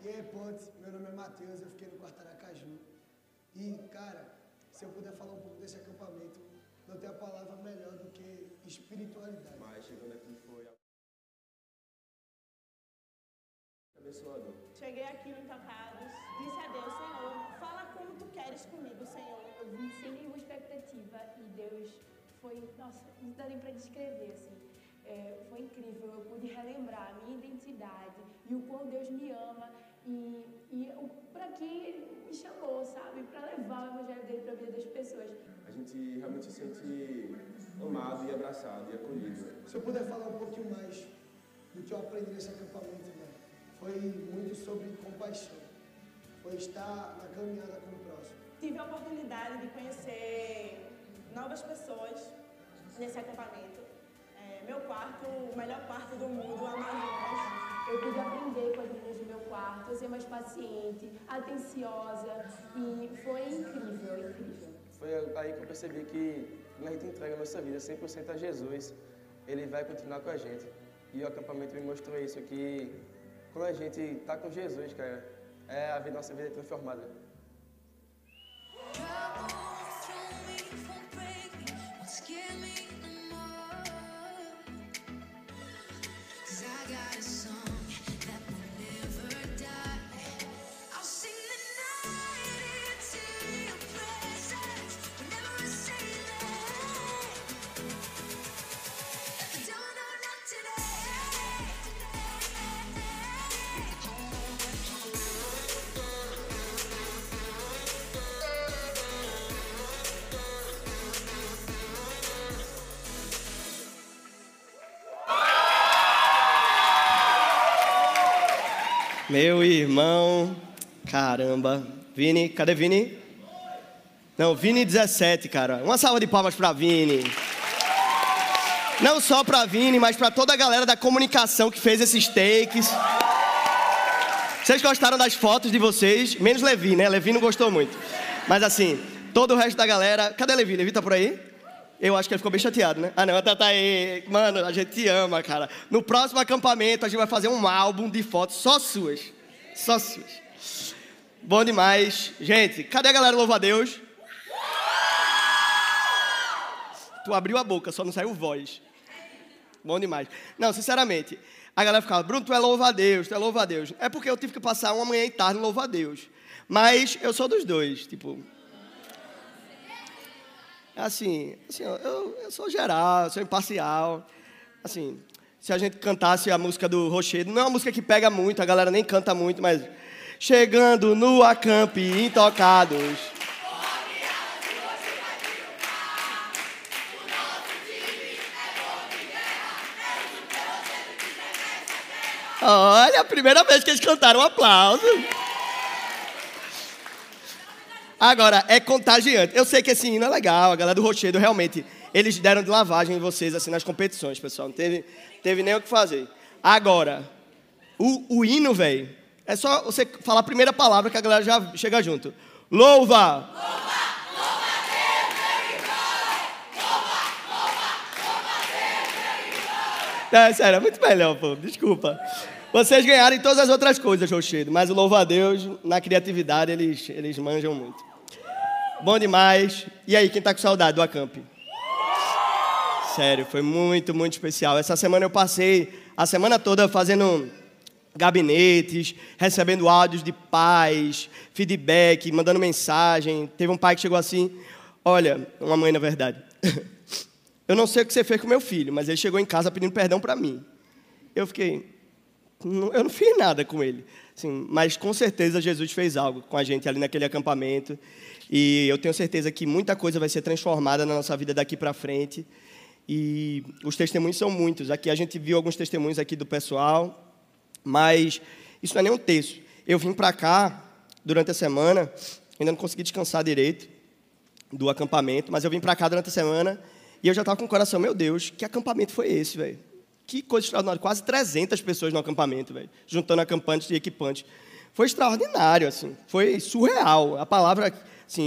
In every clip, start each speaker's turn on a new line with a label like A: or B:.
A: E aí, Ponte, meu nome é Matheus, eu fiquei no quarto Aracaju. E, cara, se eu puder falar um pouco desse acampamento, não tem a palavra melhor do que espiritualidade.
B: Mas chegando aqui foi abençoador.
C: Cheguei aqui no Intocados, disse a Deus, Senhor, fala como tu queres comigo, Senhor.
D: Eu vim sem nenhuma expectativa e Deus foi, nossa, não dá nem para descrever, assim. Foi incrível, eu pude relembrar a minha identidade e o quão Deus me ama e para que Ele me chamou, sabe? Para levar o evangelho dele para a vida das pessoas.
B: A gente realmente se sente amado e abraçado e acolhido.
A: Se eu puder falar um pouquinho mais do que eu aprendi nesse acampamento, né? Foi muito sobre compaixão. Foi estar na caminhada com o próximo.
C: Tive a oportunidade de conhecer novas pessoas nesse acampamento. Meu quarto, o melhor quarto do mundo, Amazonas.
D: Eu pude aprender com as meninas do meu quarto, eu ser mais paciente, atenciosa e foi incrível, incrível.
B: Foi aí que eu percebi que quando a gente entrega a nossa vida 100% a Jesus, Ele vai continuar com a gente. E o acampamento me mostrou isso, que quando a gente está com Jesus, cara, nossa vida é transformada.
E: Meu irmão, caramba. Vini, cadê Vini? Não, Vini 17, cara. Uma salva de palmas pra Vini. Não só pra Vini, mas pra toda a galera da comunicação que fez esses takes. Vocês gostaram das fotos de vocês? Menos Levi, né? Levi não gostou muito. Mas assim, todo o resto da galera... Cadê Levi? Levi tá por aí? Eu acho que ele ficou bem chateado, né? Ah, não, tá aí. Mano, a gente te ama, cara. No próximo acampamento, a gente vai fazer um álbum de fotos só suas. Só suas. Bom demais. Gente, cadê a galera do Louva a Deus? Tu abriu a boca, só não saiu voz. Bom demais. Não, sinceramente, a galera ficava, Bruno, tu é louva a Deus, tu é louva a Deus. É porque eu tive que passar uma manhã e tarde no louva a Deus. Mas eu sou dos dois, tipo... Assim, eu sou geral, eu sou imparcial. Assim, se a gente cantasse a música do Rochedo, não é uma música que pega muito, a galera nem canta muito, mas... Chegando no acampe, intocados. Olha, a primeira vez que eles cantaram, um aplauso. Agora, é contagiante. Eu sei que esse hino é legal, a galera do Rochedo, realmente, eles deram de lavagem em vocês, assim, nas competições, pessoal. Não teve nem o que fazer. Agora, o hino, velho, é só você falar a primeira palavra que a galera já chega junto. Louva! É, sério, é muito melhor, pô, desculpa. Vocês ganharam em todas as outras coisas, Rochedo, mas o louva a Deus, na criatividade, eles manjam muito. Bom demais. E aí, quem tá com saudade do acampe? Sério, foi muito, muito especial. Essa semana eu passei a semana toda fazendo gabinetes, recebendo áudios de pais, feedback, mandando mensagem. Teve um pai que chegou assim, olha, uma mãe na verdade, eu não sei o que você fez com meu filho, mas ele chegou em casa pedindo perdão para mim. Eu fiquei, eu não fiz nada com ele, assim, mas com certeza Jesus fez algo com a gente ali naquele acampamento e eu tenho certeza que muita coisa vai ser transformada na nossa vida daqui para frente e os testemunhos são muitos. Aqui a gente viu alguns testemunhos aqui do pessoal, mas isso não é nem um terço. Eu vim para cá durante a semana, ainda não consegui descansar direito do acampamento, mas eu vim para cá durante a semana e eu já estava com o coração, meu Deus, que acampamento foi esse, velho? Que coisa extraordinária, quase 300 pessoas no acampamento, velho, juntando acampantes e equipantes. Foi extraordinário, assim, foi surreal. A palavra, assim,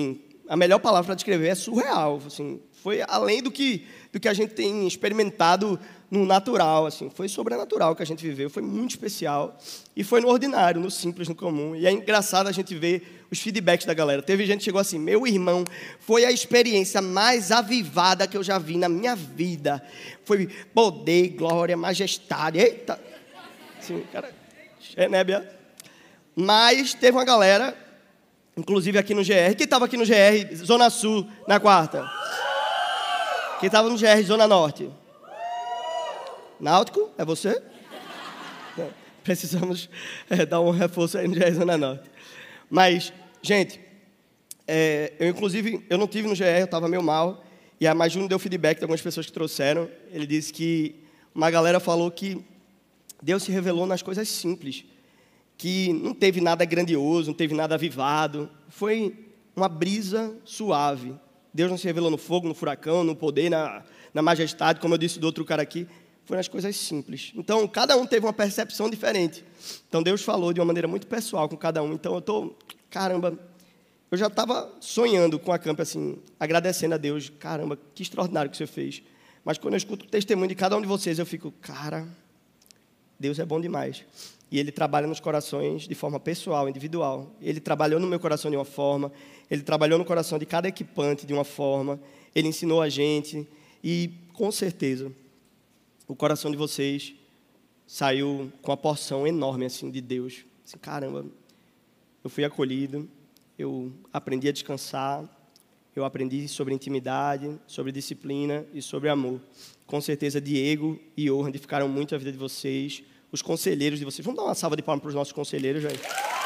E: a melhor palavra para descrever é surreal. Assim, foi além do que a gente tem experimentado no natural. Assim, foi sobrenatural que a gente viveu, foi muito especial. E foi no ordinário, no simples, no comum. E é engraçado a gente ver os feedbacks da galera. Teve gente que chegou assim, meu irmão, foi a experiência mais avivada que eu já vi na minha vida. Foi poder, glória, majestade. Eita! Assim, cara, Nébia. Mas teve uma galera, inclusive aqui no GR. Quem estava aqui no GR, Zona Sul, na quarta? Quem estava no GR, Zona Norte? Náutico? É você? Não, precisamos dar um reforço aí no GR Zona Norte. Mas, gente, eu não tive no GR, eu estava meio mal. E a Maju deu feedback de algumas pessoas que trouxeram. Ele disse que uma galera falou que Deus se revelou nas coisas simples. Que não teve nada grandioso, não teve nada avivado. Foi uma brisa suave. Deus não se revelou no fogo, no furacão, no poder, na majestade, como eu disse do outro cara aqui. Foi nas coisas simples. Então, cada um teve uma percepção diferente. Então, Deus falou de uma maneira muito pessoal com cada um. Então, eu já estava sonhando com a camp, assim, agradecendo a Deus. Caramba, que extraordinário que você fez. Mas quando eu escuto o testemunho de cada um de vocês, eu fico, cara, Deus é bom demais. E Ele trabalha nos corações de forma pessoal, individual. Ele trabalhou no meu coração de uma forma, Ele trabalhou no coração de cada equipante de uma forma, Ele ensinou a gente e, com certeza, o coração de vocês saiu com uma porção enorme assim, de Deus. Assim, caramba, eu fui acolhido, eu aprendi a descansar, eu aprendi sobre intimidade, sobre disciplina e sobre amor. Com certeza, Diego e Orhan edificaram muito a vida de vocês, os conselheiros de vocês. Vamos dar uma salva de palmas para os nossos conselheiros, velho.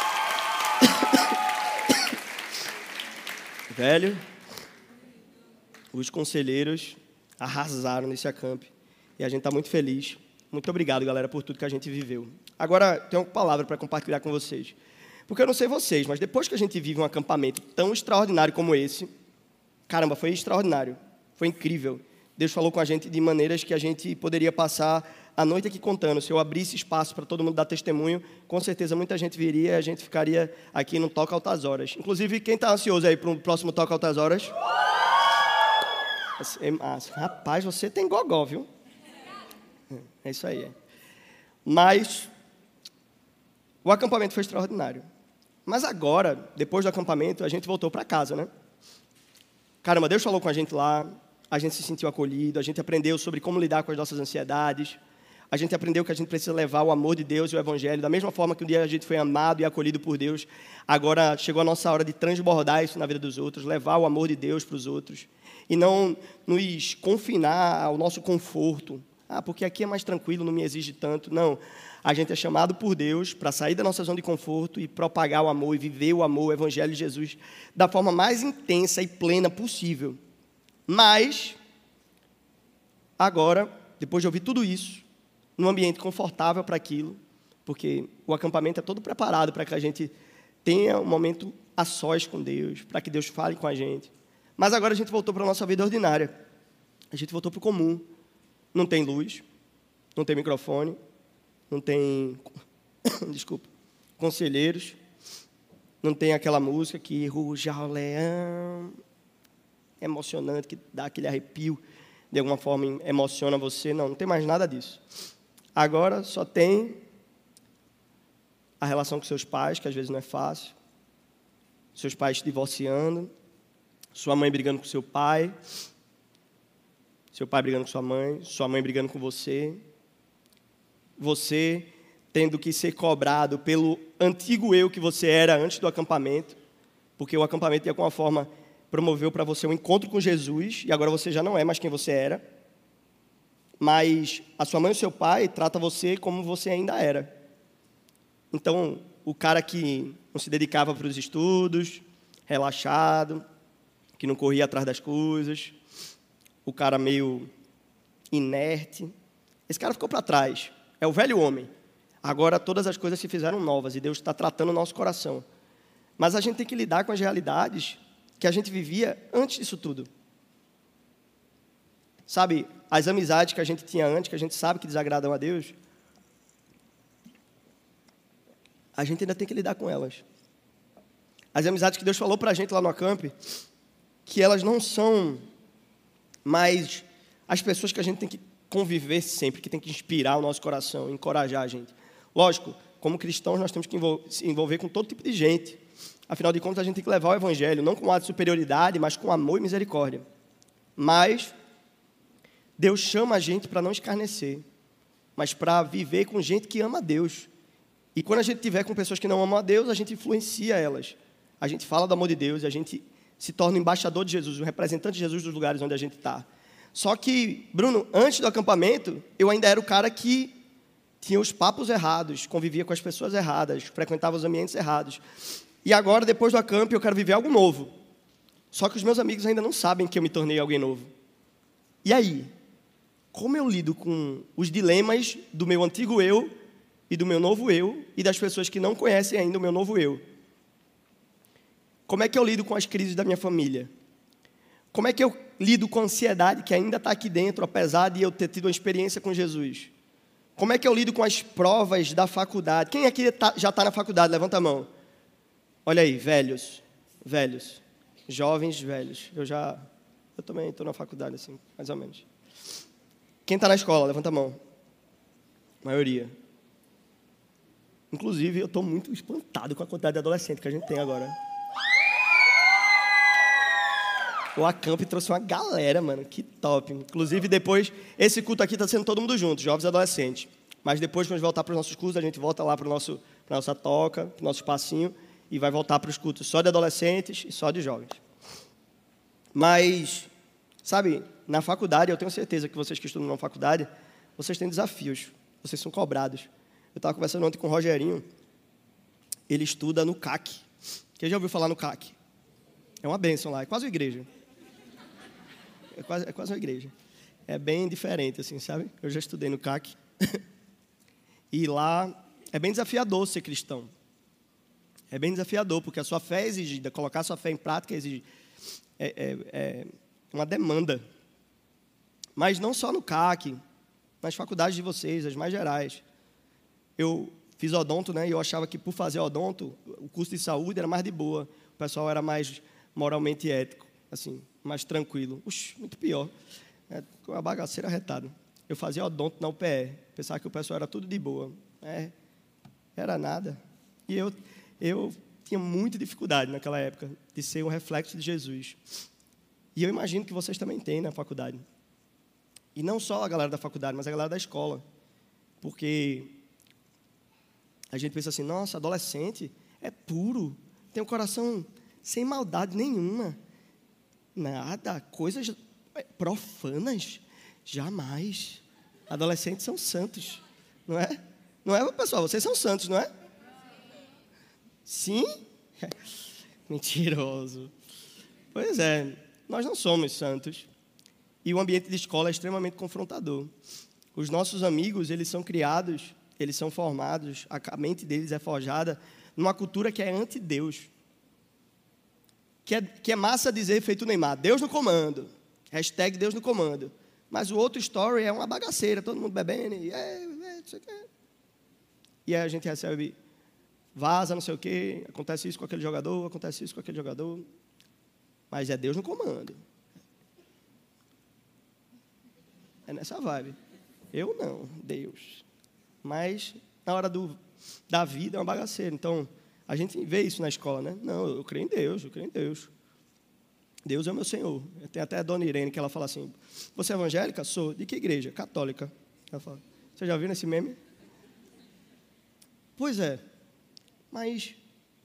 E: Velho, os conselheiros arrasaram nesse acamp. E a gente está muito feliz. Muito obrigado, galera, por tudo que a gente viveu. Agora, tenho uma palavra para compartilhar com vocês. Porque eu não sei vocês, mas depois que a gente vive um acampamento tão extraordinário como esse, caramba, foi extraordinário. Foi incrível. Deus falou com a gente de maneiras que a gente poderia passar a noite aqui contando. Se eu abrisse espaço para todo mundo dar testemunho, com certeza muita gente viria e a gente ficaria aqui no Toca Altas Horas. Inclusive, quem está ansioso aí para o próximo Toca Altas Horas? Rapaz, você tem gogó, viu? É isso aí. Mas o acampamento foi extraordinário. Mas agora, depois do acampamento, a gente voltou para casa, né? Caramba, Deus falou com a gente lá, a gente se sentiu acolhido, a gente aprendeu sobre como lidar com as nossas ansiedades, a gente aprendeu que a gente precisa levar o amor de Deus e o Evangelho, da mesma forma que um dia a gente foi amado e acolhido por Deus, agora chegou a nossa hora de transbordar isso na vida dos outros, levar o amor de Deus para os outros, e não nos confinar ao nosso conforto. Porque aqui é mais tranquilo, não me exige tanto. Não, a gente é chamado por Deus para sair da nossa zona de conforto e propagar o amor e viver o amor, o Evangelho de Jesus, da forma mais intensa e plena possível. Mas, agora, depois de ouvir tudo isso, num ambiente confortável para aquilo, porque o acampamento é todo preparado para que a gente tenha um momento a sós com Deus, para que Deus fale com a gente. Mas agora a gente voltou para a nossa vida ordinária. A gente voltou para o comum. Não tem luz, não tem microfone, não tem, conselheiros, não tem aquela música que ruja o leão, emocionante, que dá aquele arrepio, de alguma forma emociona você. Não tem mais nada disso. Agora só tem a relação com seus pais, que às vezes não é fácil, seus pais se divorciando, sua mãe brigando com seu pai brigando com sua mãe brigando com você tendo que ser cobrado pelo antigo eu que você era antes do acampamento, porque o acampamento de alguma forma promoveu para você um encontro com Jesus, e agora você já não é mais quem você era, mas a sua mãe e o seu pai tratam você como você ainda era. Então, o cara que não se dedicava para os estudos, relaxado, que não corria atrás das coisas, o cara meio inerte, esse cara ficou para trás. É o velho homem. Agora todas as coisas se fizeram novas e Deus está tratando o nosso coração. Mas a gente tem que lidar com as realidades que a gente vivia antes disso tudo. Sabe, as amizades que a gente tinha antes, que a gente sabe que desagradam a Deus, a gente ainda tem que lidar com elas. As amizades que Deus falou para a gente lá no acamp, que elas não são mais as pessoas que a gente tem que conviver sempre, que tem que inspirar o nosso coração, encorajar a gente. Lógico, como cristãos, nós temos que se envolver com todo tipo de gente. Afinal de contas, a gente tem que levar o evangelho, não com um ato de superioridade, mas com amor e misericórdia. Mas Deus chama a gente para não escarnecer, mas para viver com gente que ama a Deus. E quando a gente estiver com pessoas que não amam a Deus, a gente influencia elas. A gente fala do amor de Deus, a gente se torna o embaixador de Jesus, o representante de Jesus dos lugares onde a gente está. Só que, Bruno, antes do acampamento, eu ainda era o cara que tinha os papos errados, convivia com as pessoas erradas, frequentava os ambientes errados. E agora, depois do acamp, eu quero viver algo novo. Só que os meus amigos ainda não sabem que eu me tornei alguém novo. E aí? Como eu lido com os dilemas do meu antigo eu e do meu novo eu e das pessoas que não conhecem ainda o meu novo eu? Como é que eu lido com as crises da minha família? Como é que eu lido com a ansiedade que ainda está aqui dentro, apesar de eu ter tido uma experiência com Jesus? Como é que eu lido com as provas da faculdade? Quem aqui já está na faculdade? Levanta a mão. Olha aí, velhos, jovens velhos. Eu também estou na faculdade, assim, mais ou menos. Quem está na escola? Levanta a mão. Maioria. Inclusive, eu estou muito espantado com a quantidade de adolescente que a gente tem agora. O Acamp trouxe uma galera, mano, que top. Inclusive, depois, esse culto aqui está sendo todo mundo junto, jovens e adolescentes. Mas depois, quando a gente voltar para os nossos cultos, a gente volta lá para a nossa toca, para o nosso espacinho, e vai voltar para os cultos só de adolescentes e só de jovens. Mas, sabe, na faculdade, eu tenho certeza que vocês que estudam na faculdade, vocês têm desafios, vocês são cobrados. Eu estava conversando ontem com o Rogerinho, ele estuda no CAC. Quem já ouviu falar no CAC? É uma bênção lá, é quase uma igreja. É quase uma igreja. É bem diferente, assim, sabe? Eu já estudei no CAC. E lá é bem desafiador ser cristão. É bem desafiador, porque a sua fé é exigida. Colocar a sua fé em prática é uma demanda. Mas não só no CAC, nas faculdades de vocês, as mais gerais. Eu fiz odonto, né? E eu achava que por fazer odonto, o curso de saúde era mais de boa. O pessoal era mais moralmente ético, assim, mais tranquilo. Uxi, muito pior. Com a bagaceira retada. Eu fazia odonto na UPE. Pensava que o pessoal era tudo de boa. Era nada. E eu tinha muita dificuldade naquela época de ser um reflexo de Jesus. E eu imagino que vocês também têm na faculdade. E não só a galera da faculdade, mas a galera da escola. Porque a gente pensa assim, nossa, adolescente é puro, tem um coração sem maldade nenhuma. Nada, coisas profanas, jamais. Adolescentes são santos, não é? Não é, pessoal? Vocês são santos, não é? Sim? Mentiroso. Pois é, nós não somos santos. E o ambiente de escola é extremamente confrontador. Os nossos amigos, eles são criados, eles são formados, a mente deles é forjada numa cultura que é anti-Deus. Que é massa dizer, feito Neymar, Deus no comando. Hashtag Deus no comando. Mas o outro story é uma bagaceira, todo mundo bebendo, não sei o quê. E aí a gente recebe, vaza, não sei o quê, acontece isso com aquele jogador, acontece isso com aquele jogador. Mas é Deus no comando. É nessa vibe. Eu não, Deus. Mas na hora da vida é uma bagaceira. Então, a gente vê isso na escola, né? Não, eu creio em Deus, eu creio em Deus. Deus é o meu Senhor. Tem até a dona Irene que ela fala assim, você é evangélica? Sou. De que igreja? Católica. Ela fala, você já viu esse meme? Pois é. Mas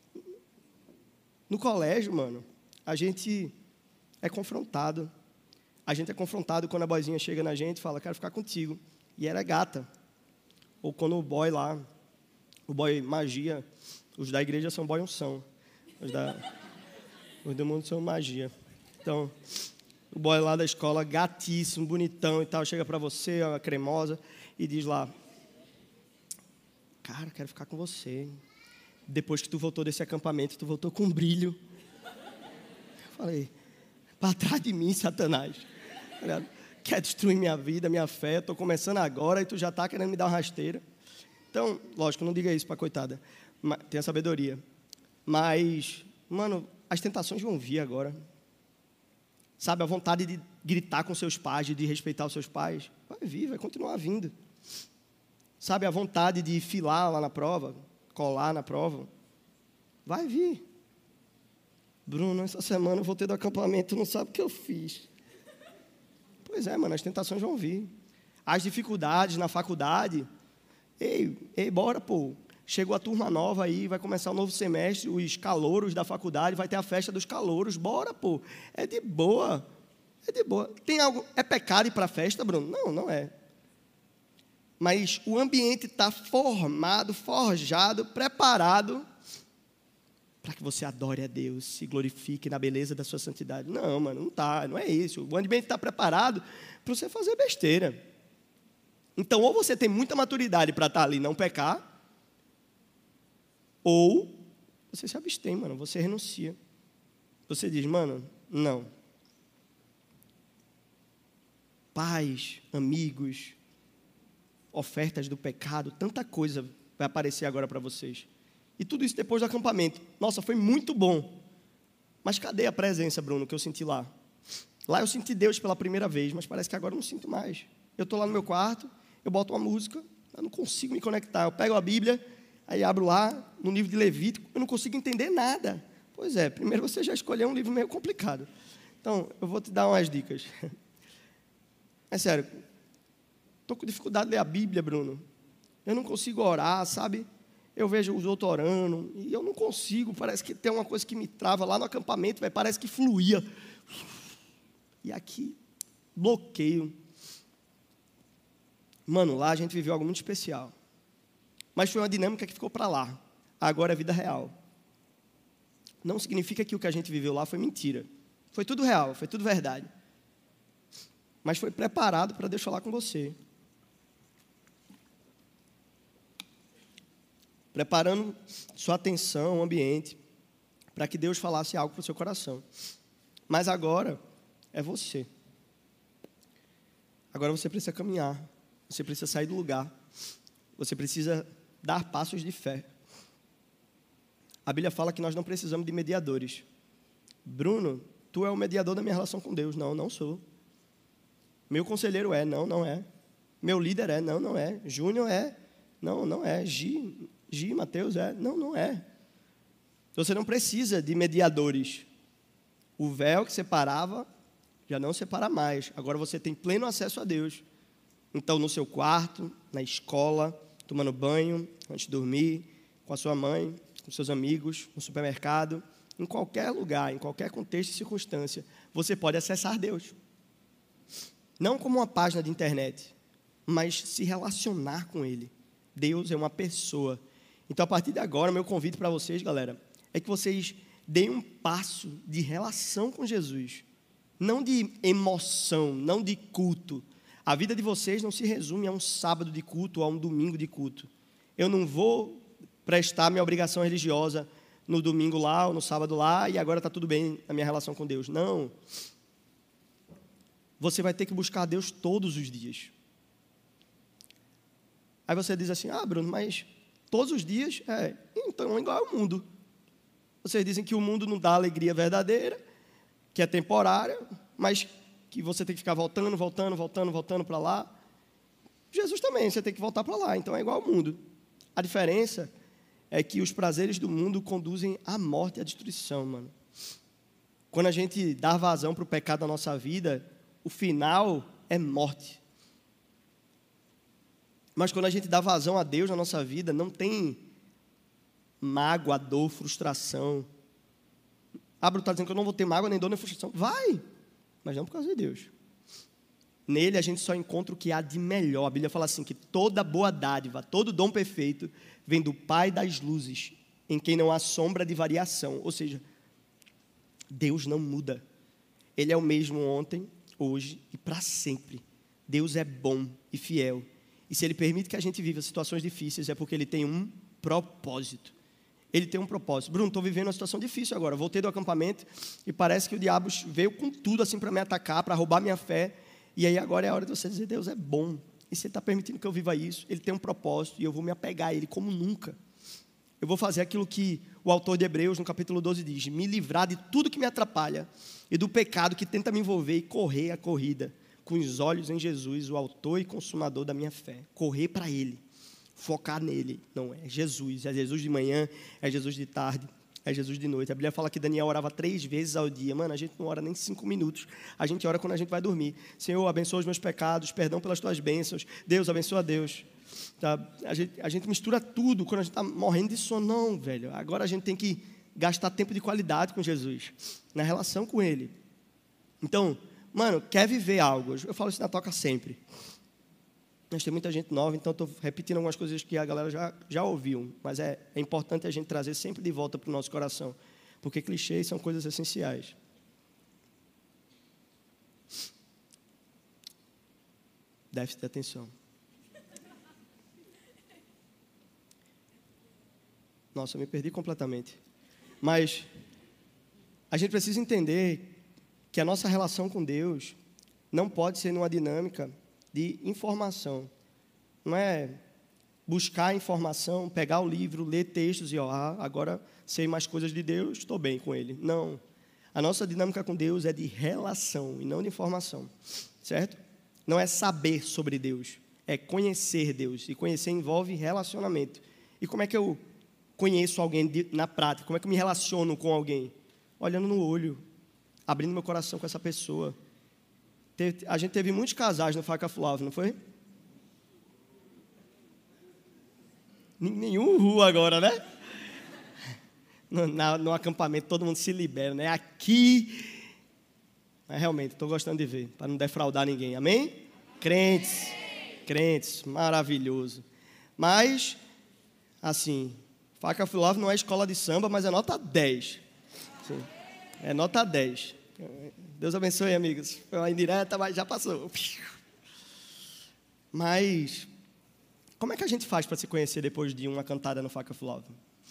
E: no colégio, mano, a gente é confrontado. A gente é confrontado quando a boizinha chega na gente e fala, quero ficar contigo. E era gata. Ou quando o boy lá, o boy magia, os da igreja são boy unção. Os do mundo são magia. Então, o boy lá da escola, gatíssimo, bonitão e tal, chega pra você, uma cremosa, e diz lá, cara, quero ficar com você. Depois que tu voltou desse acampamento, tu voltou com brilho. Eu falei, para trás de mim, Satanás. Quer destruir minha vida, minha fé, estou começando agora e tu já está querendo me dar uma rasteira. Então, lógico, não diga isso para coitada. Tenha sabedoria. Mas, mano, as tentações vão vir agora. Sabe, a vontade de gritar com seus pais, de respeitar os seus pais, vai vir, vai continuar vindo. Sabe, a vontade de filar lá na prova, colar na prova, vai vir. Bruno, essa semana eu voltei do acampamento, não sabe o que eu fiz. Pois é, mano, as tentações vão vir. As dificuldades na faculdade, ei, bora, pô. Chegou a turma nova aí, vai começar o novo semestre, os calouros da faculdade, vai ter a festa dos calouros, bora, pô. É de boa. Tem algo, é pecado ir para a festa, Bruno? Não, não é. Mas o ambiente está formado, forjado, preparado para que você adore a Deus, se glorifique na beleza da sua santidade. Não, mano, não está, não é isso. O ambiente está preparado para você fazer besteira. Então, ou você tem muita maturidade para estar ali e não pecar, ou você se abstém, mano, você renuncia. Você diz, mano, não. Pais, amigos, ofertas do pecado, tanta coisa vai aparecer agora para vocês. E tudo isso depois do acampamento. Nossa, foi muito bom. Mas cadê a presença, Bruno, que eu senti lá? Lá eu senti Deus pela primeira vez, mas parece que agora eu não sinto mais. Eu estou lá no meu quarto, eu boto uma música, eu não consigo me conectar. Eu pego a Bíblia, aí abro lá, no livro de Levítico, eu não consigo entender nada. Pois é, primeiro você já escolheu um livro meio complicado. Então, eu vou te dar umas dicas. É sério, estou com dificuldade de ler a Bíblia, Bruno. Eu não consigo orar, sabe? Eu vejo os outros orando, e eu não consigo, parece que tem uma coisa que me trava lá no acampamento, véio, parece que fluía. E aqui, bloqueio. Mano, lá a gente viveu algo muito especial. Mas foi uma dinâmica que ficou para lá. Agora é vida real. Não significa que o que a gente viveu lá foi mentira. Foi tudo real, foi tudo verdade. Mas foi preparado para Deus falar com você. Preparando sua atenção, o ambiente, para que Deus falasse algo para o seu coração. Mas agora é você. Agora você precisa caminhar. Você precisa sair do lugar. Você precisa dar passos de fé. A Bíblia fala que nós não precisamos de mediadores. Bruno, tu é o mediador da minha relação com Deus. Não, não sou. Meu conselheiro é. Não, não é. Meu líder é. Não, não é. Júnior é. Não, não é. Gi, Mateus é. Não, não é. Você não precisa de mediadores. O véu que separava já não separa mais. Agora você tem pleno acesso a Deus. Então, no seu quarto, na escola, tomando banho, antes de dormir, com a sua mãe, com seus amigos, no supermercado, em qualquer lugar, em qualquer contexto e circunstância, você pode acessar Deus. Não como uma página de internet, mas se relacionar com Ele. Deus é uma pessoa. Então, a partir de agora, meu convite para vocês, galera, é que vocês deem um passo de relação com Jesus. Não de emoção, não de culto. A vida de vocês não se resume a um sábado de culto ou a um domingo de culto. Eu não vou prestar minha obrigação religiosa no domingo lá ou no sábado lá e agora está tudo bem na minha relação com Deus. Não. Você vai ter que buscar Deus todos os dias. Aí você diz assim, Bruno, mas todos os dias? Então é igual ao mundo. Vocês dizem que o mundo não dá alegria verdadeira, que é temporária, mas que você tem que ficar voltando para lá. Jesus também, você tem que voltar para lá, então é igual ao mundo. A diferença é que os prazeres do mundo conduzem à morte e à destruição, mano. Quando a gente dá vazão para o pecado da nossa vida, o final é morte. Mas quando a gente dá vazão a Deus na nossa vida, não tem mágoa, dor, frustração. Bruno está dizendo que eu não vou ter mágoa, nem dor, nem frustração. Vai! Mas não por causa de Deus. Nele a gente só encontra o que há de melhor. A Bíblia fala assim, que toda boa dádiva, todo dom perfeito, vem do Pai das luzes, em quem não há sombra de variação. Ou seja, Deus não muda. Ele é o mesmo ontem, hoje e para sempre. Deus é bom e fiel. E se Ele permite que a gente viva situações difíceis, é porque Ele tem um propósito. Ele tem um propósito. Bruno, estou vivendo uma situação difícil agora. Voltei do acampamento e parece que o diabo veio com tudo assim para me atacar, para roubar minha fé. E aí agora é a hora de você dizer, Deus é bom. E se Ele está permitindo que eu viva isso, Ele tem um propósito e eu vou me apegar a Ele como nunca. Eu vou fazer aquilo que o autor de Hebreus, no capítulo 12, diz: me livrar de tudo que me atrapalha e do pecado que tenta me envolver e correr a corrida com os olhos em Jesus, o autor e consumador da minha fé. Correr para Ele, focar nele. Não, é Jesus de manhã, é Jesus de tarde, é Jesus de noite. A Bíblia fala que Daniel orava 3 vezes ao dia. Mano, a gente não ora nem 5 minutos. A gente ora quando a gente vai dormir. Senhor, abençoa os meus pecados, perdão pelas tuas bênçãos. Deus, abençoa Deus. Tá? A gente mistura tudo quando a gente está morrendo de sono. Não, velho. Agora a gente tem que gastar tempo de qualidade com Jesus, na relação com Ele. Então, mano, quer viver algo? Eu falo isso na toca sempre. Mas tem muita gente nova, então estou repetindo algumas coisas que a galera já ouviu. Mas é importante a gente trazer sempre de volta para o nosso coração. Porque clichês são coisas essenciais. Déficit de atenção. Nossa, eu me perdi completamente. Mas a gente precisa entender que a nossa relação com Deus não pode ser numa dinâmica de informação. Não é buscar informação, pegar o livro, ler textos e, agora sei mais coisas de Deus, estou bem com Ele. Não. A nossa dinâmica com Deus é de relação e não de informação. Certo? Não é saber sobre Deus, é conhecer Deus. E conhecer envolve relacionamento. E como é que eu conheço alguém na prática? Como é que eu me relaciono com alguém? Olhando no olho, abrindo meu coração com essa pessoa. A gente teve muitos casais no Faca Flávio, não foi? Nenhum rua agora, né? No acampamento todo mundo se libera, né? Aqui, mas realmente, estou gostando de ver, para não defraudar ninguém, amém? Crentes, maravilhoso. Mas, assim, Faca Flávio não é escola de samba, mas é nota 10. Sim, é nota 10. Deus abençoe, amigos. Foi uma indireta, mas já passou. Mas, como é que a gente faz para se conhecer depois de uma cantada no Faca Love?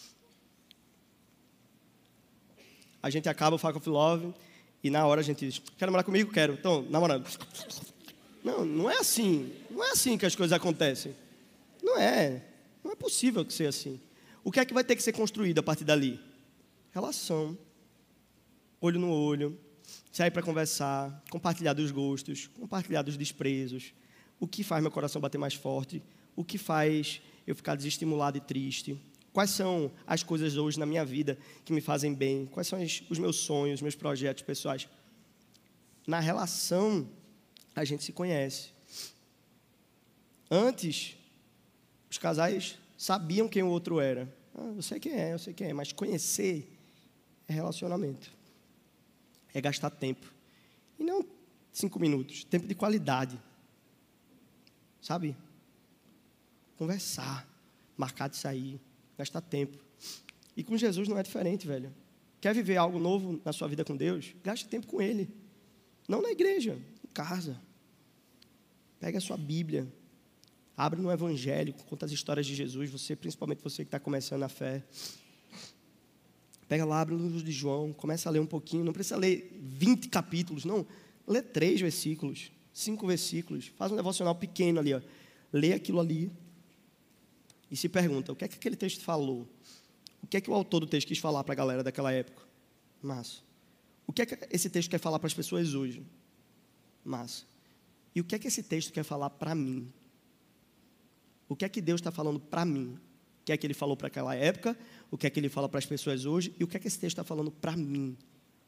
E: A gente acaba o Faca Love e na hora a gente diz: quer namorar comigo? Quero. Então, namorando. Não é assim. Não é assim que as coisas acontecem. Não é possível que seja assim. O que é que vai ter que ser construído a partir dali? Relação. Olho no olho. Sair para conversar, compartilhar dos gostos, compartilhar dos desprezos, o que faz meu coração bater mais forte, o que faz eu ficar desestimulado e triste, quais são as coisas hoje na minha vida que me fazem bem, quais são os meus sonhos, meus projetos pessoais. Na relação, a gente se conhece. Antes, os casais sabiam quem o outro era. Eu sei quem é, mas conhecer é relacionamento. É gastar tempo. E não 5 minutos, tempo de qualidade. Sabe? Conversar, marcar de sair, gastar tempo. E com Jesus não é diferente, velho. Quer viver algo novo na sua vida com Deus? Gaste tempo com Ele. Não na igreja, em casa. Pega a sua Bíblia, abre no Evangelho, conta as histórias de Jesus, principalmente você que está começando a fé. Pega lá, abre o livro de João, começa a ler um pouquinho, não precisa ler 20 capítulos, não. Lê 3 versículos, 5 versículos, faz um devocional pequeno ali, ó. Lê aquilo ali e se pergunta, o que é que aquele texto falou? O que é que o autor do texto quis falar para a galera daquela época? Massa. O que é que esse texto quer falar para as pessoas hoje? Massa. E o que é que esse texto quer falar para mim? O que é que Deus está falando para mim? O que é que Ele falou para aquela época? O que é que Ele fala para as pessoas hoje? E o que é que esse texto está falando para mim?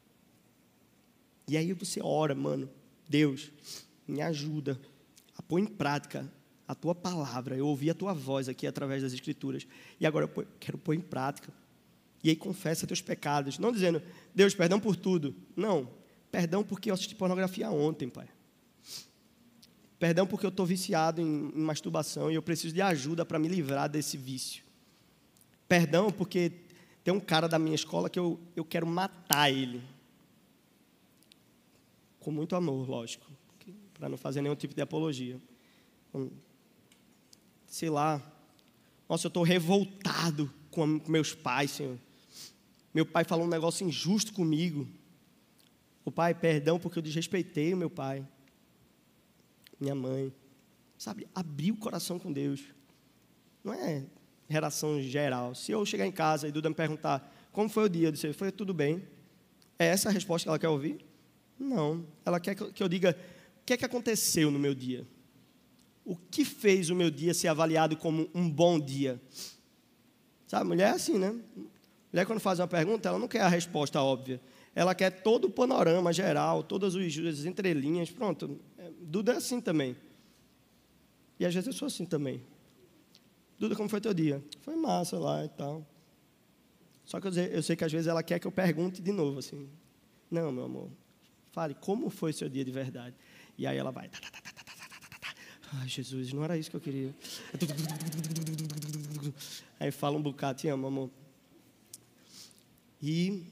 E: E aí você ora, mano, Deus, me ajuda a pôr em prática a Tua palavra. Eu ouvi a Tua voz aqui através das Escrituras. E agora eu quero pôr em prática. E aí confessa teus pecados. Não dizendo, Deus, perdão por tudo. Não, perdão porque eu assisti pornografia ontem, Pai. Perdão porque eu estou viciado em masturbação e eu preciso de ajuda para me livrar desse vício. Perdão porque tem um cara da minha escola que eu quero matar ele. Com muito amor, lógico, para não fazer nenhum tipo de apologia. Sei lá, nossa, eu estou revoltado com meus pais, Senhor. Meu pai falou um negócio injusto comigo. O Pai, perdão porque eu desrespeitei o meu pai. Minha mãe, sabe, abrir o coração com Deus, não é relação geral. Se eu chegar em casa e Duda me perguntar, como foi o dia? Eu disse, foi tudo bem. É essa a resposta que ela quer ouvir? Não. Ela quer que eu diga, o que é que aconteceu no meu dia? O que fez o meu dia ser avaliado como um bom dia? Sabe, mulher é assim, né? Mulher, quando faz uma pergunta, ela não quer a resposta óbvia. Ela quer todo o panorama geral, todas as entrelinhas, pronto. Duda é assim também. E às vezes eu sou assim também. Duda, como foi teu dia? Foi massa lá e tal. Só que eu sei que às vezes ela quer que eu pergunte de novo, assim. Não, meu amor, fale, como foi seu dia de verdade? E aí ela vai... Ai, Jesus, não era isso que eu queria. Aí fala um bocado, te amo, amor. E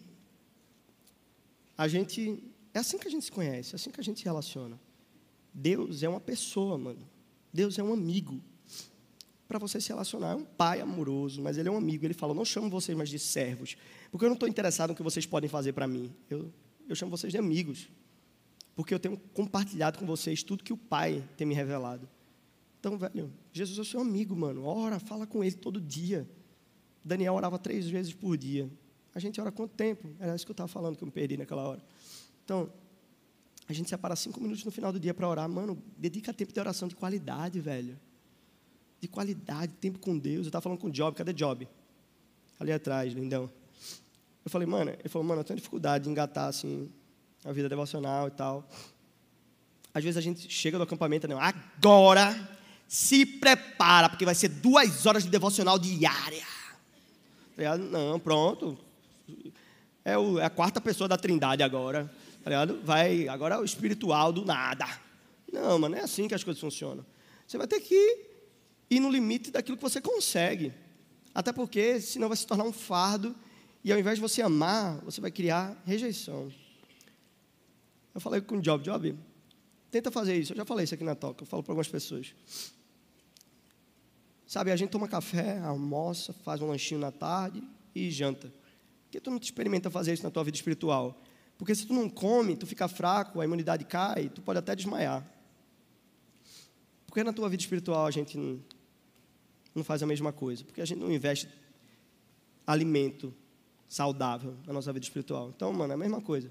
E: a gente... É assim que a gente se conhece, é assim que a gente se relaciona. Deus é uma pessoa, mano. Deus é um amigo. Para você se relacionar, é um pai amoroso, mas ele é um amigo. Ele fala, não chamo vocês mais de servos, porque eu não estou interessado no que vocês podem fazer para mim. Eu chamo vocês de amigos, porque eu tenho compartilhado com vocês tudo que o Pai tem me revelado. Então, velho, Jesus é o seu amigo, mano. Ora, fala com ele todo dia. Daniel orava 3 vezes por dia. A gente ora quanto tempo? Era isso que eu estava falando, que eu me perdi naquela hora. Então, a gente separa 5 minutos no final do dia para orar. Mano, dedica tempo de oração de qualidade, velho. De qualidade, tempo com Deus. Eu estava falando com o Job. Cadê Job? Ali atrás, lindão. Eu falei, mano, ele falou, mano, eu tenho dificuldade de engatar, assim, a vida devocional e tal. Às vezes a gente chega no acampamento, não, agora se prepara, porque vai ser 2 horas de devocional diária. Não, pronto. É a 4ª pessoa da Trindade agora. Tá ligado? Agora é o espiritual do nada. Não, mano, não é assim que as coisas funcionam. Você vai ter que ir no limite daquilo que você consegue. Até porque, senão vai se tornar um fardo. E ao invés de você amar, você vai criar rejeição. Eu falei com o Job, tenta fazer isso. Eu já falei isso aqui na toca, eu falo para algumas pessoas. Sabe, a gente toma café, almoça, faz um lanchinho na tarde e janta. Por que tu não te experimenta fazer isso na tua vida espiritual? Porque se tu não come, tu fica fraco, a imunidade cai, tu pode até desmaiar. Porque na tua vida espiritual a gente não faz a mesma coisa? Porque a gente não investe alimento saudável na nossa vida espiritual. Então, mano, é a mesma coisa.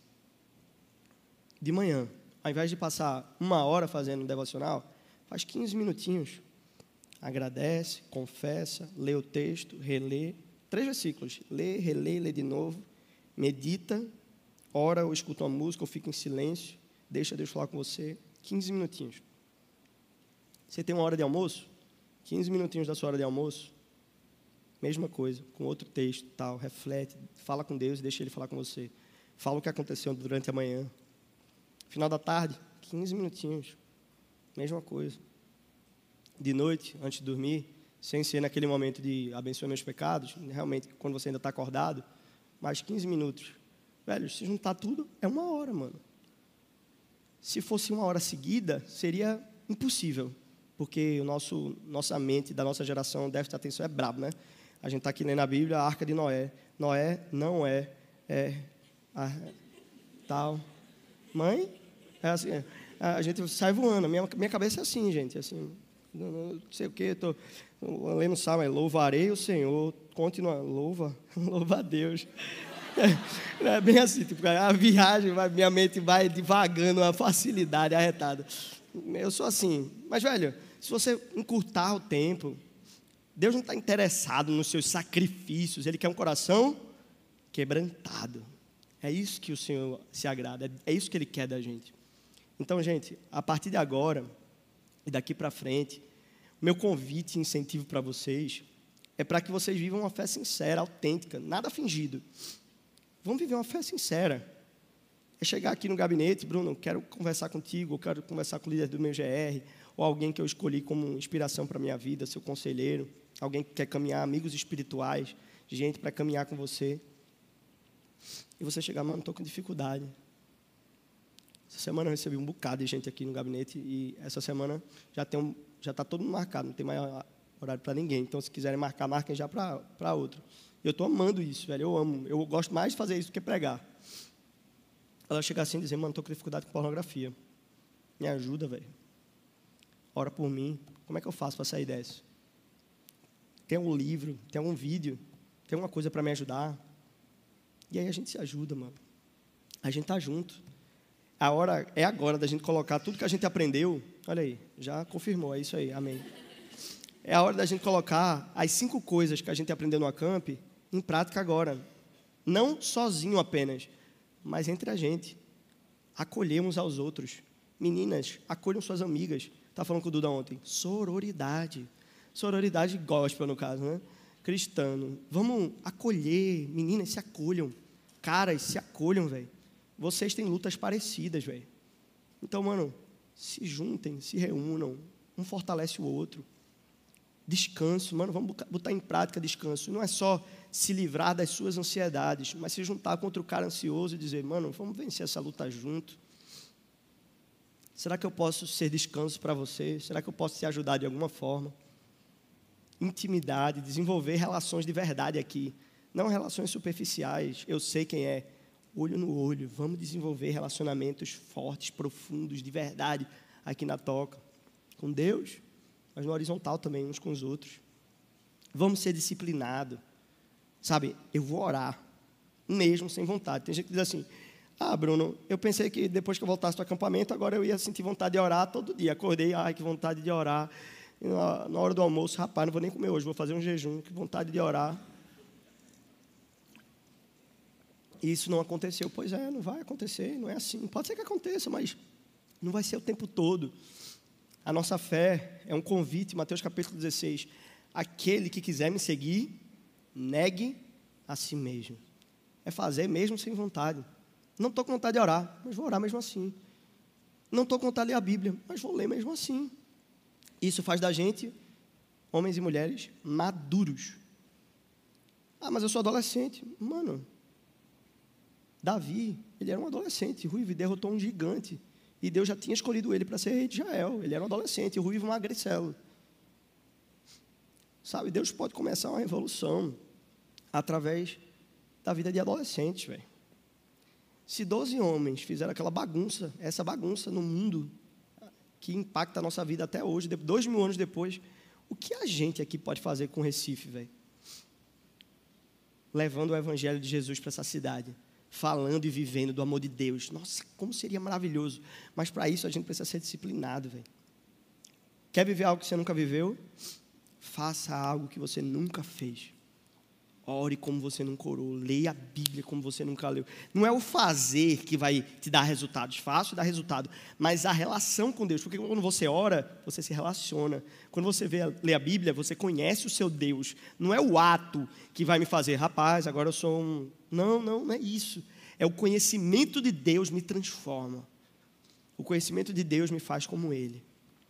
E: De manhã, ao invés de passar 1 hora fazendo um devocional, faz 15 minutinhos. Agradece, confessa, lê o texto, relê. 3 versículos. Lê, relê, lê de novo. Medita, ora ou escuta uma música ou fica em silêncio. Deixa Deus falar com você. 15 minutinhos. Você tem 1 hora de almoço? 15 minutinhos da sua hora de almoço. Mesma coisa, com outro texto, tal, reflete, fala com Deus e deixa Ele falar com você. Fala o que aconteceu durante a manhã. Final da tarde, 15 minutinhos. Mesma coisa. De noite, antes de dormir, sem ser naquele momento de abençoar meus pecados, realmente, quando você ainda está acordado, mais 15 minutos. Velho, se juntar tudo, é 1 hora, mano. Se fosse 1 hora seguida, seria impossível, porque nossa mente da nossa geração, déficit de atenção, é brabo, né? A gente está aqui lendo a Bíblia, a Arca de Noé. Noé não é tal. Mãe? É assim, a gente sai voando. Minha cabeça é assim, gente. Assim, não sei o quê. Estou lendo o Salmo, louvarei o Senhor. Continua, louva a Deus. É bem assim, tipo, a viagem, minha mente vai devagando, uma facilidade arretada. Eu sou assim. Mas, velho, se você encurtar o tempo... Deus não está interessado nos seus sacrifícios. Ele quer um coração quebrantado. É isso que o Senhor se agrada. É isso que Ele quer da gente. Então, gente, a partir de agora e daqui para frente, o meu convite e incentivo para vocês é para que vocês vivam uma fé sincera, autêntica, nada fingido. Vamos viver uma fé sincera. É chegar aqui no gabinete, Bruno, quero conversar contigo, eu quero conversar com o líder do meu GR, ou alguém que eu escolhi como inspiração para a minha vida, seu conselheiro, alguém que quer caminhar, amigos espirituais, gente para caminhar com você. E você chegar, mano, estou com dificuldade. Essa semana eu recebi um bocado de gente aqui no gabinete e essa semana já está todo mundo marcado, não tem mais horário para ninguém. Então, se quiserem marcar, marquem já para outro. Eu estou amando isso, velho, eu amo. Eu gosto mais de fazer isso do que pregar. Ela chega assim e diz, mano, estou com dificuldade com pornografia. Me ajuda, velho. Ora por mim. Como é que eu faço para sair dessa? Tem um livro, tem um vídeo, tem alguma coisa para me ajudar? E aí a gente se ajuda, mano. A gente tá junto. A hora é agora da gente colocar tudo que a gente aprendeu. Olha aí, já confirmou, é isso aí, amém. É a hora da gente colocar as 5 coisas que a gente aprendeu no Acamp em prática agora. Não sozinho apenas, mas entre a gente. Acolher uns aos outros. Meninas, acolham suas amigas. Estava falando com o Duda ontem. Sororidade. Sororidade gospel, no caso, né? Cristano. Vamos acolher. Meninas, se acolham. Caras, se acolham, velho. Vocês têm lutas parecidas, velho. Então, mano, se juntem, se reúnam. Um fortalece o outro. Descanso, mano, vamos botar em prática descanso. Não é só se livrar das suas ansiedades, mas se juntar contra o cara ansioso e dizer, mano, vamos vencer essa luta junto. Será que eu posso ser descanso para você? Será que eu posso te ajudar de alguma forma? Intimidade, desenvolver relações de verdade aqui. Não relações superficiais, eu sei quem é. Olho no olho, vamos desenvolver relacionamentos fortes, profundos, de verdade, aqui na Toca. Com Deus, mas no horizontal também, uns com os outros. Vamos ser disciplinados. Sabe, eu vou orar, mesmo sem vontade. Tem gente que diz assim, Bruno, eu pensei que depois que eu voltasse do acampamento, agora eu ia sentir vontade de orar todo dia. Acordei, que vontade de orar. E na hora do almoço, rapaz, não vou nem comer hoje, vou fazer um jejum, que vontade de orar. E isso não aconteceu. Pois é, não vai acontecer, não é assim. Pode ser que aconteça, mas não vai ser o tempo todo. A nossa fé é um convite, Mateus capítulo 16. Aquele que quiser me seguir, negue a si mesmo. É fazer mesmo sem vontade. Não estou com vontade de orar, mas vou orar mesmo assim. Não estou com vontade de ler a Bíblia, mas vou ler mesmo assim. Isso faz da gente, homens e mulheres, maduros. Mas eu sou adolescente. Mano, Davi, ele era um adolescente, ruivo, e derrotou um gigante. E Deus já tinha escolhido ele para ser rei de Israel. Ele era um adolescente, ruivo, magricelo. Sabe, Deus pode começar uma revolução através da vida de adolescentes, velho. Se 12 homens fizeram aquela bagunça, essa bagunça no mundo, que impacta a nossa vida até hoje, 2000 anos depois, o que a gente aqui pode fazer com Recife, velho? Levando o evangelho de Jesus para essa cidade, falando e vivendo do amor de Deus. Nossa, como seria maravilhoso. Mas para isso a gente precisa ser disciplinado, velho. Quer viver algo que você nunca viveu? Faça algo que você nunca fez. Ore como você nunca orou. Leia a Bíblia como você nunca leu. Não é o fazer que vai te dar resultados. Fácil dá resultado. Mas a relação com Deus. Porque quando você ora, você se relaciona. Quando você lê a Bíblia, você conhece o seu Deus. Não é o ato que vai me fazer, rapaz, agora eu sou um... Não é isso. É o conhecimento de Deus me transforma. O conhecimento de Deus me faz como Ele.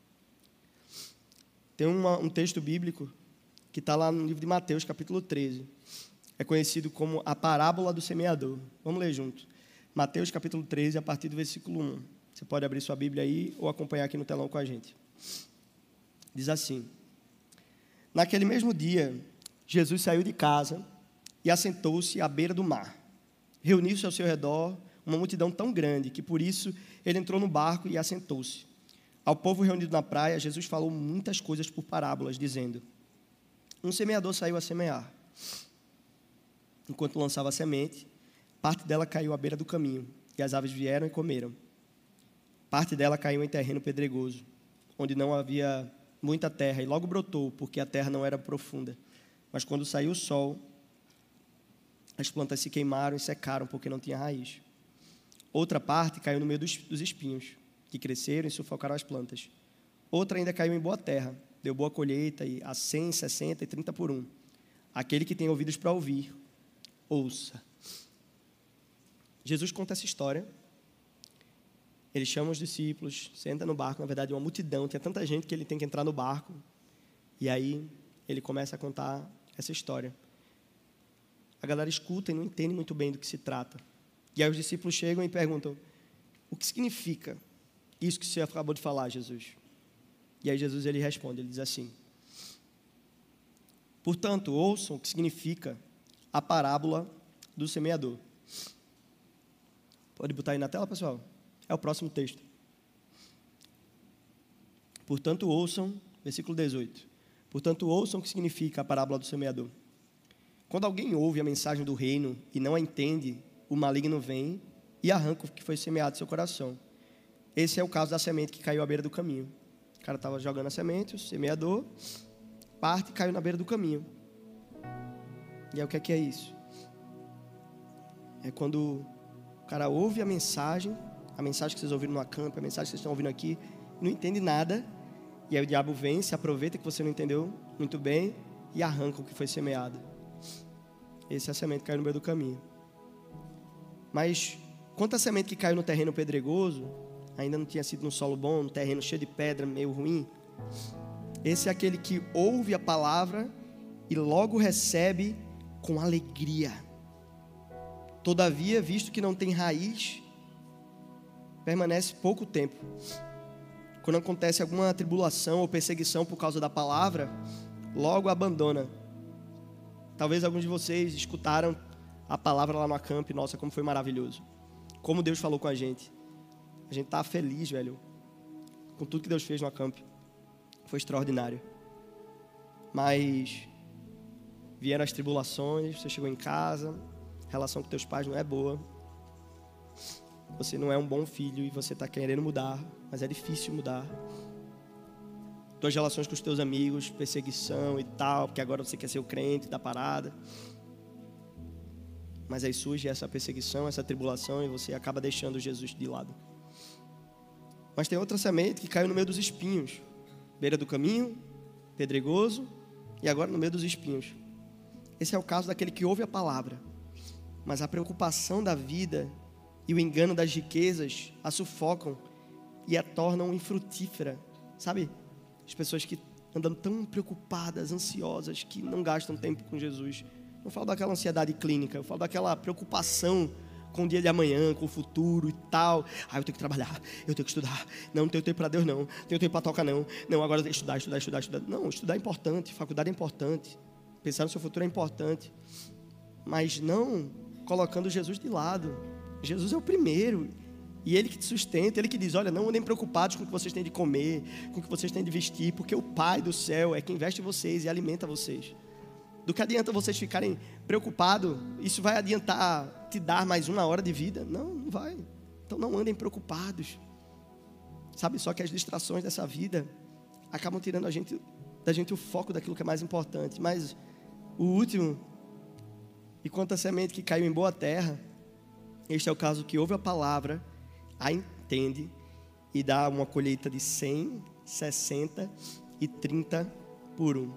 E: Tem um texto bíblico que está lá no livro de Mateus, capítulo 13. É conhecido como a parábola do semeador. Vamos ler junto. Mateus, capítulo 13, a partir do versículo 1. Você pode abrir sua Bíblia aí ou acompanhar aqui no telão com a gente. Diz assim: Naquele mesmo dia, Jesus saiu de casa e assentou-se à beira do mar. Reuniu-se ao seu redor uma multidão tão grande que, por isso, ele entrou no barco e assentou-se. Ao povo reunido na praia, Jesus falou muitas coisas por parábolas, dizendo: Um semeador saiu a semear. Enquanto lançava a semente, parte dela caiu à beira do caminho, e as aves vieram e comeram. Parte dela caiu em terreno pedregoso, onde não havia muita terra, e logo brotou, porque a terra não era profunda. Mas quando saiu o sol, as plantas se queimaram e secaram, porque não tinha raiz. Outra parte caiu no meio dos espinhos, que cresceram e sufocaram as plantas. Outra ainda caiu em boa terra, deu boa colheita, e a 100, 60 e 30 por 1. Aquele que tem ouvidos para ouvir, ouça. Jesus conta essa história. Ele chama os discípulos, senta no barco, na verdade uma multidão, tinha tanta gente que ele tem que entrar no barco. E aí ele começa a contar essa história. A galera escuta e não entende muito bem do que se trata. E aí os discípulos chegam e perguntam: o que significa isso que você acabou de falar, Jesus? E aí Jesus ele responde, ele diz assim: portanto, ouçam o que significa a parábola do semeador. Pode botar aí na tela, pessoal? É o próximo texto. Portanto, ouçam, versículo 18. Portanto, ouçam o que significa a parábola do semeador. Quando alguém ouve a mensagem do reino e não a entende, o maligno vem e arranca o que foi semeado do seu coração. Esse é o caso da semente que caiu à beira do caminho. O cara estava jogando a semente, o semeador parte e caiu na beira do caminho. E aí o que é isso? É quando o cara ouve a mensagem que vocês ouviram no acampo, a mensagem que vocês estão ouvindo aqui, não entende nada, e aí o diabo vem, se aproveita que você não entendeu muito bem e arranca o que foi semeado. Essa é a semente que caiu no meio do caminho. Mas quanto a semente que caiu no terreno pedregoso, ainda não tinha sido no solo bom, no terreno cheio de pedra, meio ruim, esse é aquele que ouve a palavra e logo recebe com alegria. Todavia, visto que não tem raiz, permanece pouco tempo. Quando acontece alguma tribulação ou perseguição por causa da palavra, logo abandona. Talvez alguns de vocês escutaram a palavra lá no acamp, nossa, como foi maravilhoso. Como Deus falou com a gente. A gente tá feliz, velho, com tudo que Deus fez no acamp. Foi extraordinário. Mas vieram as tribulações, você chegou em casa, a relação com teus pais não é boa. Você não é um bom filho e você está querendo mudar, mas é difícil mudar. Tuas relações com os teus amigos, perseguição e tal, porque agora você quer ser o crente da parada. Mas aí surge essa perseguição, essa tribulação e você acaba deixando Jesus de lado. Mas tem outra semente que caiu no meio dos espinhos. Beira do caminho, pedregoso e agora no meio dos espinhos. Esse é o caso daquele que ouve a palavra, mas a preocupação da vida e o engano das riquezas a sufocam e a tornam infrutífera. Sabe? As pessoas que andam tão preocupadas, ansiosas, que não gastam tempo com Jesus. Não falo daquela ansiedade clínica, eu falo daquela preocupação com o dia de amanhã, com o futuro e tal. Eu tenho que trabalhar, eu tenho que estudar. Não tenho tempo para Deus, não tenho tempo para tocar, não. Não, agora estudar. Não, estudar é importante, faculdade é importante. Pensar no seu futuro é importante. Mas não colocando Jesus de lado. Jesus é o primeiro. E Ele que te sustenta, Ele que diz, olha, não andem preocupados com o que vocês têm de comer, com o que vocês têm de vestir, porque o Pai do céu é quem veste vocês e alimenta vocês. Do que adianta vocês ficarem preocupados? Isso vai adiantar te dar mais uma hora de vida? Não, não vai. Então não andem preocupados. Sabe, só que as distrações dessa vida acabam tirando da gente o foco daquilo que é mais importante. Mas o último, e quanto à semente que caiu em boa terra, este é o caso que ouve a palavra, a entende e dá uma colheita de 100, 60 e 30 por 1.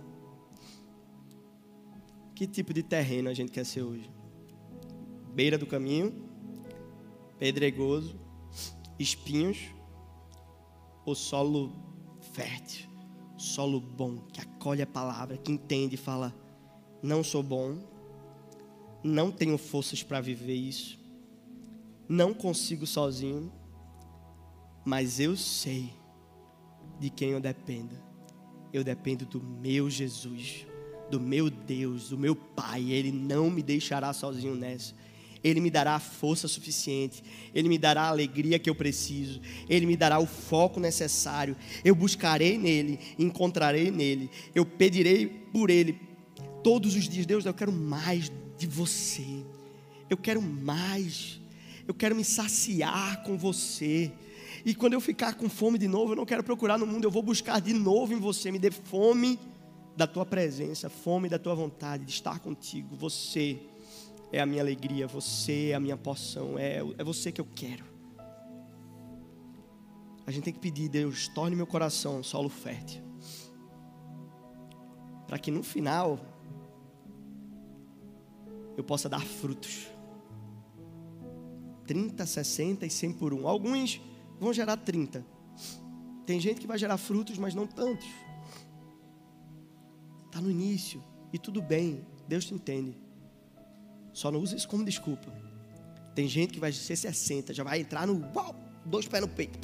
E: Que tipo de terreno a gente quer ser hoje? Beira do caminho, pedregoso, espinhos, ou solo fértil, solo bom, que acolhe a palavra, que entende e fala, não sou bom, não tenho forças para viver isso, não consigo sozinho, mas eu sei de quem eu dependo. Eu dependo do meu Jesus, do meu Deus, do meu Pai. Ele não me deixará sozinho nessa. Ele me dará a força suficiente. Ele me dará a alegria que eu preciso. Ele me dará o foco necessário. Eu buscarei nele, encontrarei nele. Eu pedirei por ele todos os dias. Deus, eu quero mais de você. Eu quero mais. Eu quero me saciar com você. E quando eu ficar com fome de novo, eu não quero procurar no mundo. Eu vou buscar de novo em você. Me dê fome da tua presença, fome da tua vontade de estar contigo. Você é a minha alegria, você é a minha porção, é você que eu quero. A gente tem que pedir, Deus, torne meu coração um solo fértil, para que no final eu possa dar frutos. 30, 60 e 100 por 1. Alguns vão gerar 30. Tem gente que vai gerar frutos, mas não tantos. Está no início e tudo bem, Deus te entende. Só não usa isso como desculpa. Tem gente que vai ser 60, já vai entrar no 2 pés no peito.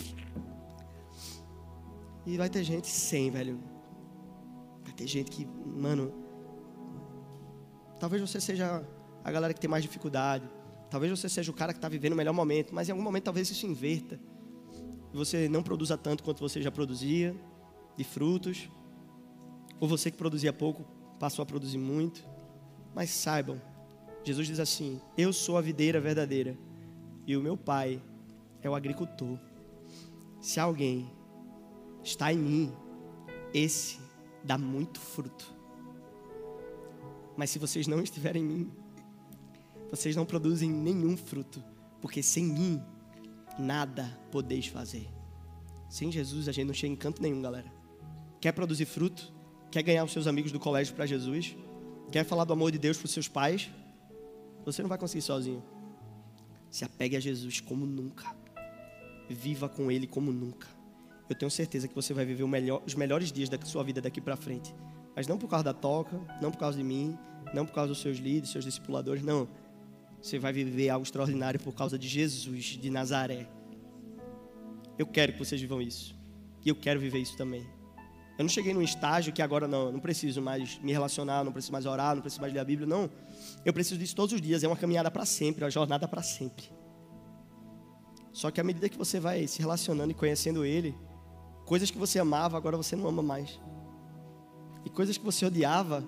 E: E vai ter gente 100, velho. Vai ter gente que, mano, talvez você seja a galera que tem mais dificuldade. Talvez você seja o cara que está vivendo o melhor momento, mas em algum momento talvez isso inverta. E você não produza tanto quanto você já produzia, de frutos. Ou você que produzia pouco, passou a produzir muito. Mas saibam, Jesus diz assim: eu sou a videira verdadeira e o meu Pai é o agricultor. Se alguém está em mim, esse dá muito fruto. Mas se vocês não estiverem em mim, vocês não produzem nenhum fruto, porque sem mim nada podeis fazer. Sem Jesus a gente não chega em canto nenhum, galera. Quer produzir fruto? Quer ganhar os seus amigos do colégio para Jesus? Quer falar do amor de Deus para os seus pais? Você não vai conseguir sozinho. Se apegue a Jesus como nunca. Viva com Ele como nunca. Eu tenho certeza que você vai viver os melhores dias da sua vida daqui para frente. Mas não por causa da toca, não por causa de mim, não por causa dos seus líderes, seus discipuladores, não. Você vai viver algo extraordinário por causa de Jesus de Nazaré. Eu quero que vocês vivam isso. E eu quero viver isso também. Eu não cheguei num estágio que agora não preciso mais me relacionar, não preciso mais orar, não preciso mais ler a Bíblia, não. Eu preciso disso todos os dias, é uma caminhada para sempre, é uma jornada para sempre. Só que à medida que você vai se relacionando e conhecendo Ele, coisas que você amava, agora você não ama mais. E coisas que você odiava,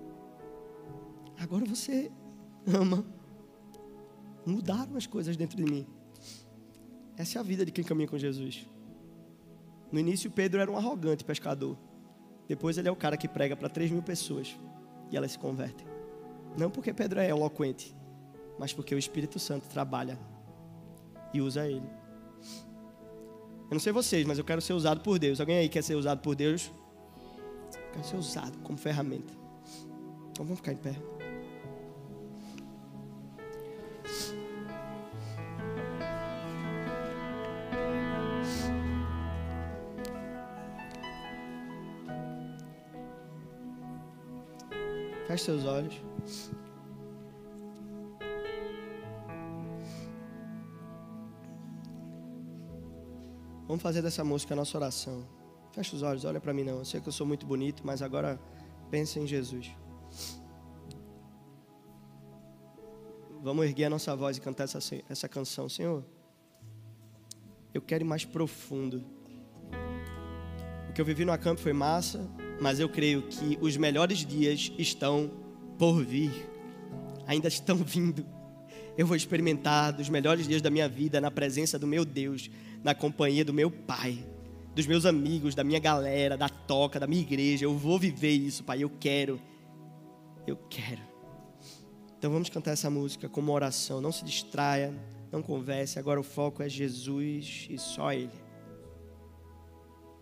E: agora você ama. Mudaram as coisas dentro de mim. Essa é a vida de quem caminha com Jesus. No início, Pedro era um arrogante pescador. Depois ele é o cara que prega para 3.000 pessoas. E elas se convertem. Não porque Pedro é eloquente, mas porque o Espírito Santo trabalha e usa ele. Eu não sei vocês, mas eu quero ser usado por Deus. Alguém aí quer ser usado por Deus? Eu quero ser usado como ferramenta. Então vamos ficar em pé. Feche seus olhos. Vamos fazer dessa música a nossa oração. Feche os olhos, olha para mim não. Eu sei que eu sou muito bonito, mas agora pense em Jesus. Vamos erguer a nossa voz e cantar essa canção. Senhor, eu quero ir mais profundo. O que eu vivi no acampo foi massa, mas eu creio que os melhores dias estão por vir. Ainda estão vindo. Eu vou experimentar dos melhores dias da minha vida na presença do meu Deus, na companhia do meu Pai, dos meus amigos, da minha galera, da toca, da minha igreja. Eu vou viver isso, Pai. Eu quero. Então vamos cantar essa música como oração. Não se distraia, não converse. Agora o foco é Jesus e só Ele.